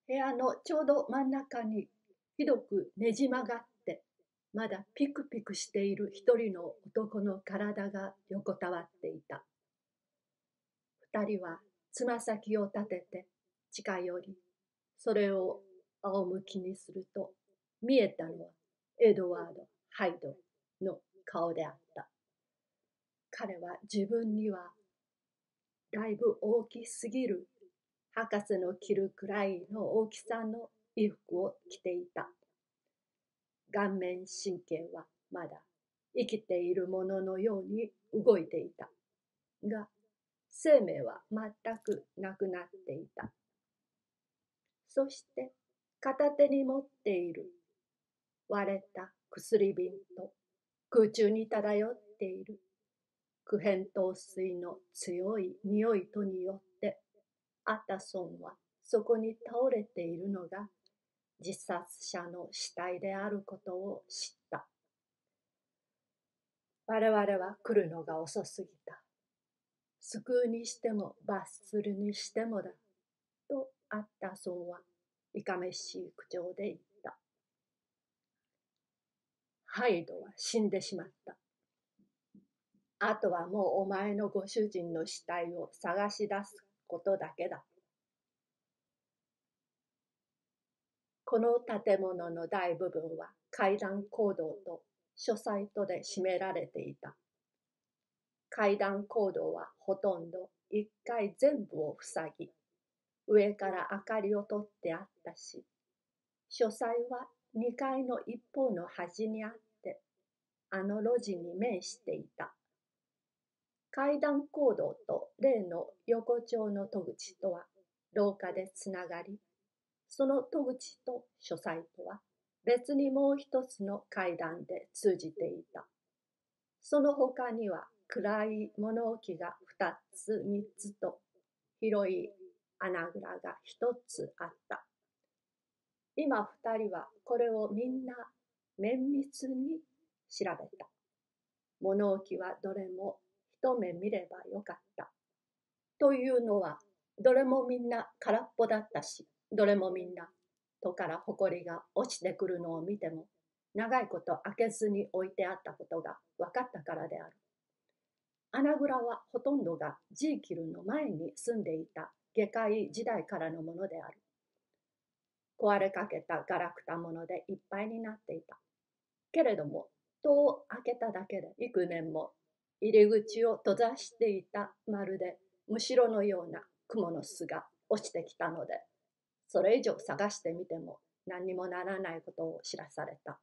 部屋のちょうど真ん中にひどくねじ曲がってまだピクピクしている一人の男の体が横たわっていた。二人はつま先を立てて近寄り、それを仰向きにすると見えたのはエドワード・ハイドの顔であった。彼は自分にはだいぶ大きすぎる博士の着るくらいの大きさの衣服を着ていた。顔面神経はまだ生きているもののように動いていたが、生命は全くなくなっていた。そして片手に持っている割れた薬瓶と空中に漂っているクヘン糖水の強い匂いとによってアタソンはそこに倒れているのが自殺者の死体であることを知った。我々は来るのが遅すぎた。救うにしても罰するにしてもだ。とアッタソンはいかめしい口調で言った。ハイドは死んでしまった。あとはもうお前のご主人の死体を探し出すことだけだ。この建物の大部分は階段講堂と書斎とで占められていた。階段講堂はほとんど1階全部を塞ぎ、上から明かりを取ってあったし、書斎は2階の一方の端にあって、あの路地に面していた。階段講堂と例の横丁の戸口とは廊下でつながり、その戸口と書斎とは別にもう一つの階段で通じていた。その他には暗い物置が2つ3つと広い穴蔵が1つあった。今2人はこれをみんな綿密に調べた。物置はどれも一目見ればよかった。というのはどれもみんな空っぽだったし、どれもみんな戸からほこりが落ちてくるのを見ても長いこと開けずに置いてあったことが分かったからである。穴蔵はほとんどがジーキルの前に住んでいた下界時代からのものである。壊れかけたガラクタものでいっぱいになっていた。けれども戸を開けただけで幾年も入り口を閉ざしていたまるでむしろのような蜘蛛の巣が落ちてきたので、それ以上探してみても何にもならないことを知らされた。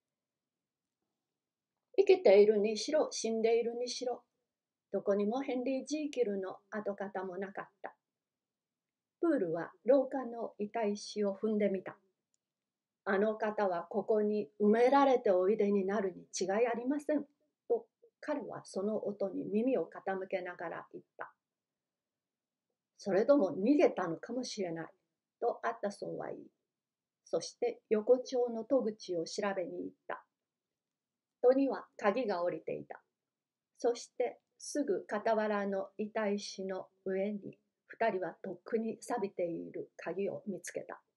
生きているにしろ死んでいるにしろ、どこにもヘンリー・ジーキルの跡形もなかった。プールは廊下の板石を踏んでみた。あの方はここに埋められておいでになるに違いありません。と彼はその音に耳を傾けながら言った。それとも逃げたのかもしれない。とアッタソンは言い、そして横丁の戸口を調べに行った。戸には鍵が下りていた。そしてすぐ傍らの板石の上に二人はとっくに錆びている鍵を見つけた。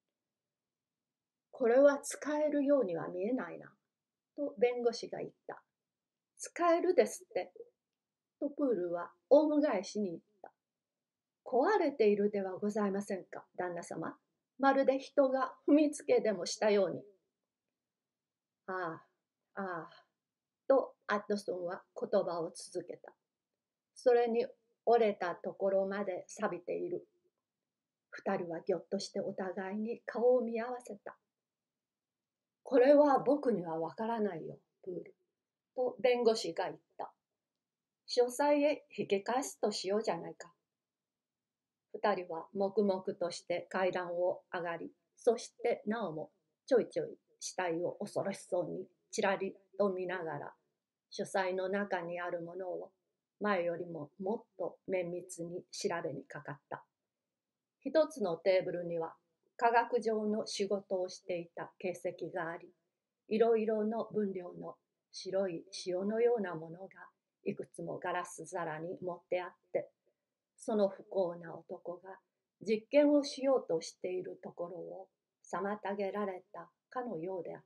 これは使えるようには見えないな、と弁護士が言った。使えるですって、とプールはオウム返しに言った。壊れているではございませんか、旦那様。まるで人が踏みつけでもしたように。ああ、ああ、とアッドソンは言葉を続けた。それに折れたところまで錆びている。二人はぎょっとしてお互いに顔を見合わせた。これは僕にはわからないよ、プール。と弁護士が言った。書斎へ引き返すとしようじゃないか。二人は黙々として階段を上がり、そしてなおもちょいちょい死体を恐ろしそうにちらりと見ながら、書斎の中にあるものを前よりももっと綿密に調べにかかった。一つのテーブルには科学上の仕事をしていた形跡があり、いろいろの分量の白い塩のようなものがいくつもガラス皿に盛ってあって、その不幸な男が実験をしようとしているところを妨げられたかのようであった。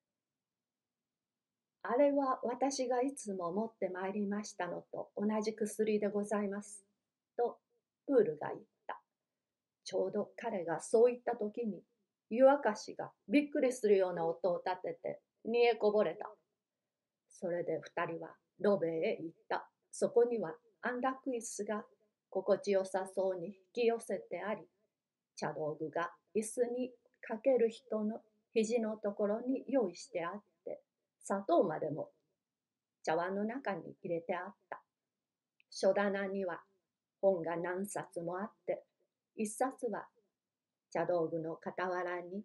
あれは私がいつも持ってまいりましたのと同じ薬でございます。とプールが言った。ちょうど彼がそう言った時に、湯沸かしがびっくりするような音を立てて煮えこぼれた。それで二人はロベへ行った。そこには安楽椅子が心地よさそうに引き寄せてあり、茶道具が椅子にかける人の肘のところに用意してあって、砂糖までも茶碗の中に入れてあった。書棚には本が何冊もあって、一冊は茶道具の傍らに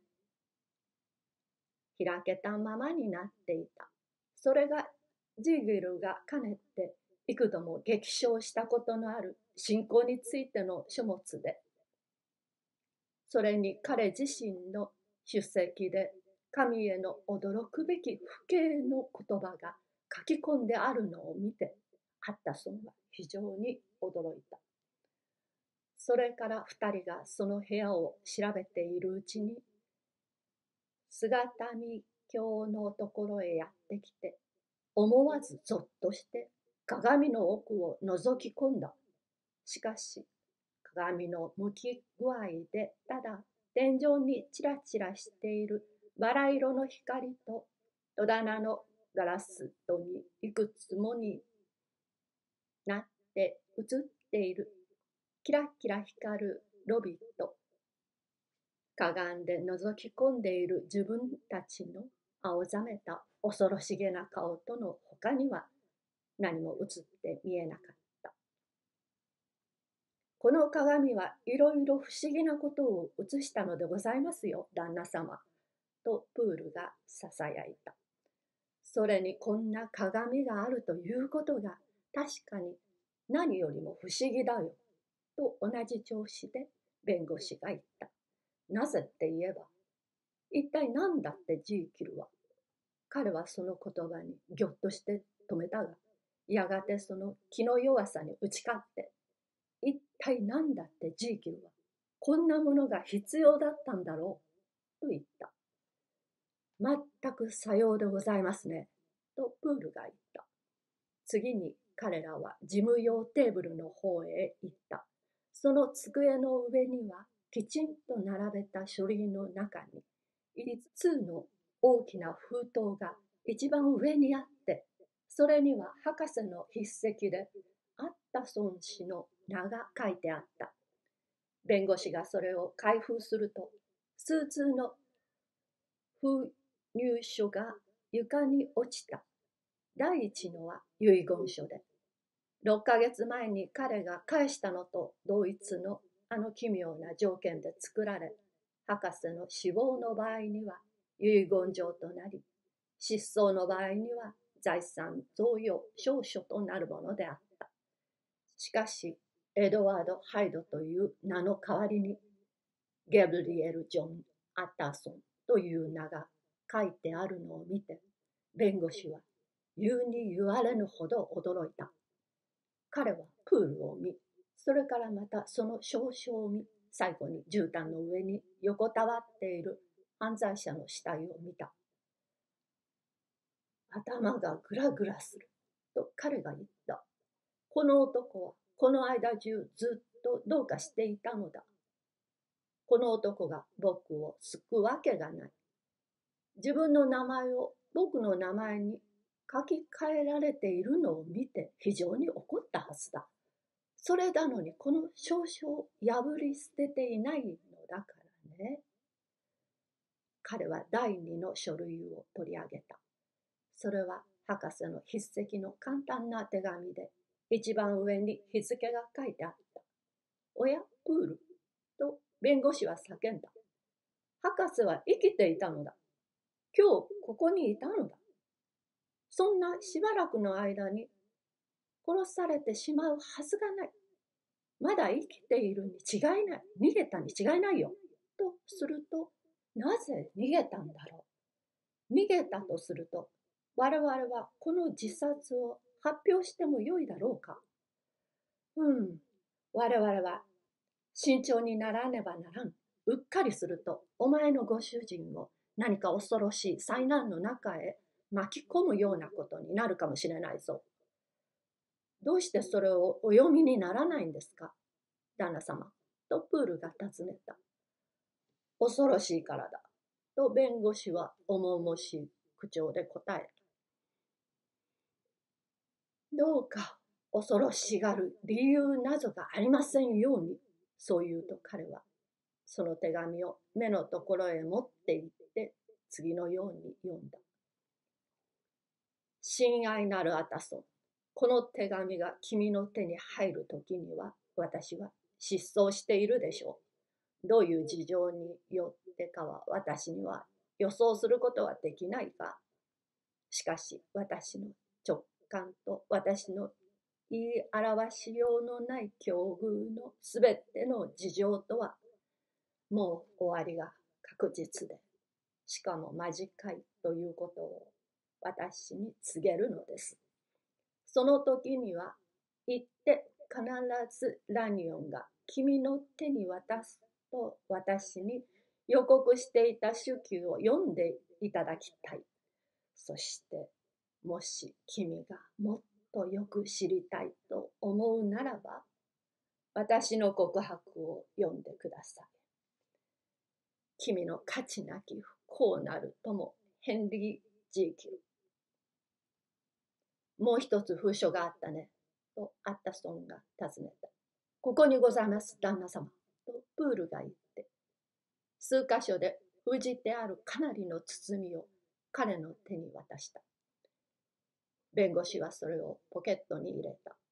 開けたままになっていた。それがジーギルがかねって幾度も激唱したことのある信仰についての書物で、それに彼自身の出席で神への驚くべき不敬の言葉が書き込んであるのを見て、ハッタソンは非常に驚いた。それから二人がその部屋を調べているうちに、姿見鏡のところへやってきて、思わずぞっとして鏡の奥を覗き込んだ。しかし鏡の向き具合でただ天井にチラチラしているバラ色の光と戸棚のガラス戸にいくつもになって映っているキラキラ光るロビーとかがんで覗き込んでいる自分たちの青ざめた恐ろしげな顔との他には何も映って見えなかった。この鏡はいろいろ不思議なことを映したのでございますよ、旦那様。とプールがささやいた。それにこんな鏡があるということが確かに何よりも不思議だよ。と同じ調子で弁護士が言った。なぜって言えば、一体何だってジーキルは。彼はその言葉にぎょっとして止めたが、やがてその気の弱さに打ち勝って、一体何だってジーキルはこんなものが必要だったんだろうと言った。全くさようでございますね、とプールが言った。次に彼らは事務用テーブルの方へ行った。その机の上にはきちんと並べた書類の中に5つの大きな封筒が一番上にあって、それには博士の筆跡でアッタソン氏の名が書いてあった。弁護士がそれを開封すると、数通の封入書が床に落ちた。第一のは遺言書で、6ヶ月前に彼が返したのと同一のあの奇妙な条件で作られ、博士の死亡の場合には遺言状となり、失踪の場合には財産贈与証書となるものであった。しかし、エドワード・ハイドという名の代わりに、ゲブリエル・ジョン・アッターソンという名が書いてあるのを見て、弁護士は言うに言われぬほど驚いた。彼はプールを見、それからまたその証書を見、最後に絨毯の上に横たわっている犯罪者の死体を見た。頭がグラグラすると彼が言った。この男はこの間中ずっとどうかしていたのだ。この男が僕を救うわけがない。自分の名前を僕の名前に書き換えられているのを見て非常に怒ったはずだ。それなのにこの証書を破り捨てていないのだからね。彼は第二の書類を取り上げた。それは博士の筆跡の簡単な手紙で、一番上に日付が書いてあった。おや、プールと弁護士は叫んだ。博士は生きていたのだ。今日ここにいたのだ。そんなしばらくの間に殺されてしまうはずがない。まだ生きているに違いない。逃げたに違いないよ。とすると、なぜ逃げたんだろう。逃げたとすると、我々はこの自殺を発表してもよいだろうか。我々は慎重にならねばならん。うっかりすると、お前のご主人を何か恐ろしい災難の中へ巻き込むようなことになるかもしれないぞ。どうしてそれをお読みにならないんですか、旦那様。とプールが尋ねた。恐ろしいからだ。と弁護士は重々しい口調で答えた。どうか恐ろしがる理由などがありませんように。そう言うと彼はその手紙を目のところへ持って行って次のように読んだ。親愛なるアタソン、この手紙が君の手に入るときには私は失踪しているでしょう。どういう事情によってかは私には予想することはできないが、しかし私の直感と私の言い表しようのない境遇のすべての事情とはもう終わりが確実で、しかも間近いということを私に告げるのです。その時には言って必ずラニオンが君の手に渡すと私に予告していた手記を読んでいただきたい。そしてもし君がもっとよく知りたいと思うならば、私の告白を読んでください。君の価値なき不幸なる友、ヘンリー・ジーキル。もう一つ封書があったね、とアッタソンが尋ねた。ここにございます、旦那様、とプールが言って、数箇所で封じてあるかなりの包みを彼の手に渡した。弁護士はそれをポケットに入れた。